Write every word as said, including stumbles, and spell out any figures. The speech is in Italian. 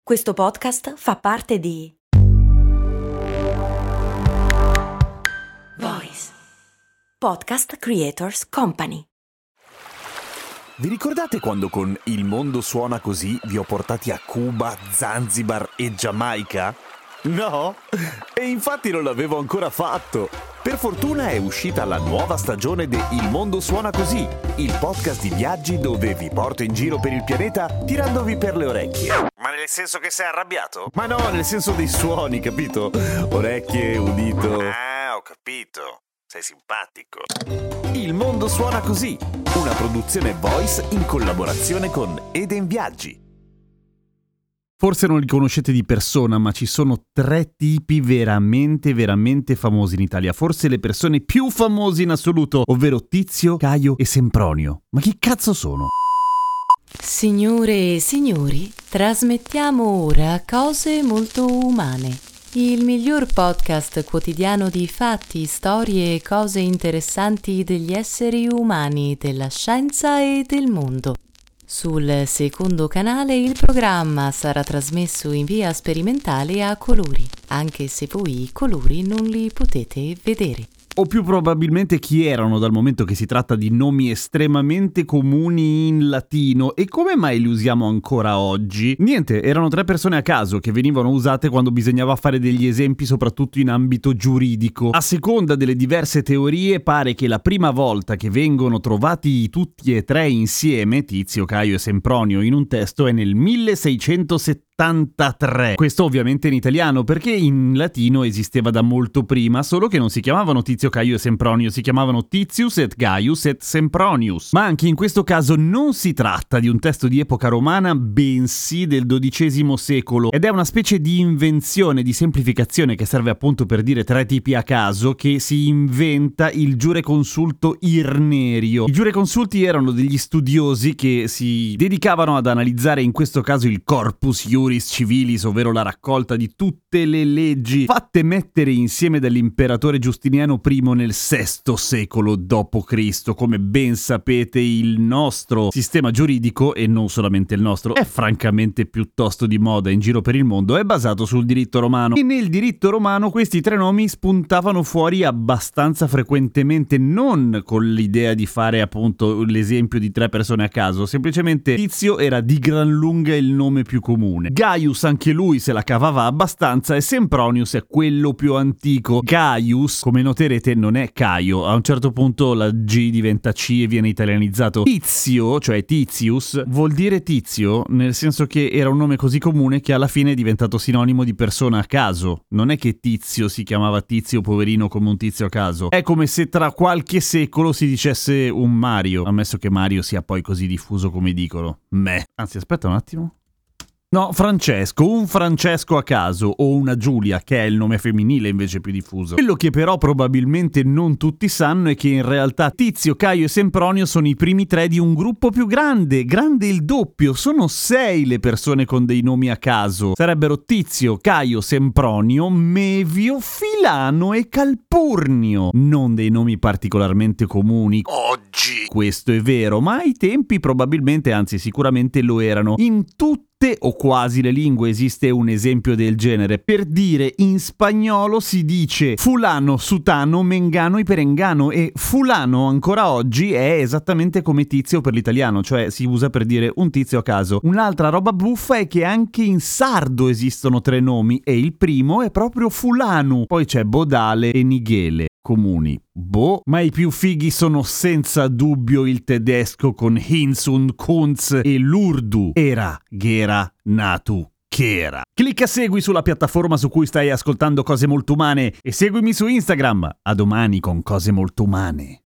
Questo podcast fa parte di Voice Podcast Creators Company. Vi ricordate quando con Il mondo suona così vi ho portati a Cuba, Zanzibar e Giamaica? No? E infatti non l'avevo ancora fatto. Per fortuna è uscita la nuova stagione di Il mondo suona così, il podcast di viaggi dove vi porto in giro per il pianeta tirandovi per le orecchie. Ma nel senso che sei arrabbiato? Ma no, nel senso dei suoni, capito? Orecchie, udito. Ah, ho capito. Sei simpatico. Il mondo suona così, una produzione Voice in collaborazione con Eden Viaggi. Forse non li conoscete di persona, ma ci sono tre tipi veramente, veramente famosi in Italia. Forse le persone più famose in assoluto, ovvero Tizio, Caio e Sempronio. Ma chi cazzo sono? Signore e signori, trasmettiamo ora Cose Molto Umane, il miglior podcast quotidiano di fatti, storie e cose interessanti degli esseri umani, della scienza e del mondo. Sul secondo canale il programma sarà trasmesso in via sperimentale a colori, anche se voi i colori non li potete vedere. O più probabilmente chi erano, dal momento che si tratta di nomi estremamente comuni in latino. E come mai li usiamo ancora oggi? Niente, erano tre persone a caso che venivano usate quando bisognava fare degli esempi, soprattutto in ambito giuridico. A seconda delle diverse teorie pare che la prima volta che vengono trovati tutti e tre insieme, Tizio, Caio e Sempronio, in un testo è nel milleseicentosettantatré. Questo ovviamente in italiano, perché in latino esisteva da molto prima, solo che non si chiamavano Tizio, Caio e Sempronio, si chiamavano Tizius et Gaius et Sempronius. Ma anche in questo caso non si tratta di un testo di epoca romana, bensì del dodicesimo secolo, ed è una specie di invenzione, di semplificazione che serve appunto per dire tre tipi a caso, che si inventa il giureconsulto Irnerio. I giureconsulti erano degli studiosi che si dedicavano ad analizzare in questo caso il corpus iuris civilis, ovvero la raccolta di tutte le leggi fatte mettere insieme dall'imperatore Giustiniano I nel sesto secolo dopo Cristo. Come ben sapete, il nostro sistema giuridico, e non solamente il nostro, è francamente piuttosto di moda in giro per il mondo, è basato sul diritto romano. E nel diritto romano questi tre nomi spuntavano fuori abbastanza frequentemente, non con l'idea di fare appunto l'esempio di tre persone a caso, semplicemente Tizio era di gran lunga il nome più comune. Gaius anche lui se la cavava abbastanza e Sempronius è quello più antico. Gaius, come noterete, non è Caio, a un certo punto la G diventa C e viene italianizzato. Tizio, cioè Tizius, vuol dire tizio, nel senso che era un nome così comune che alla fine è diventato sinonimo di persona a caso. Non è che Tizio si chiamava Tizio poverino come un tizio a caso. È come se tra qualche secolo si dicesse un Mario, ammesso che Mario sia poi così diffuso come dicono. Meh. Anzi, aspetta un attimo. No, Francesco, un Francesco a caso, o una Giulia, che è il nome femminile invece più diffuso. Quello che però probabilmente non tutti sanno è che in realtà Tizio, Caio e Sempronio sono i primi tre di un gruppo più grande, grande il doppio, sono sei le persone con dei nomi a caso. Sarebbero Tizio, Caio, Sempronio, Mevio, Filano e Calpurnio. Non dei nomi particolarmente comuni oggi, questo è vero, ma ai tempi probabilmente, anzi sicuramente lo erano. In tutti o quasi le lingue esiste un esempio del genere. Per dire, in spagnolo si dice fulano, sutano, mengano e perengano, e fulano ancora oggi è esattamente come tizio per l'italiano, cioè si usa per dire un tizio a caso. Un'altra roba buffa è che anche in sardo esistono tre nomi e il primo è proprio fulano, poi c'è Bodale e Nighele. Comuni. Boh, ma i più fighi sono senza dubbio il tedesco con Hinz und Kunz e l'urdu. Era, Gera, Natu, Kera. Clicca segui sulla piattaforma su cui stai ascoltando Cose Molto Umane e seguimi su Instagram. A domani con Cose Molto Umane.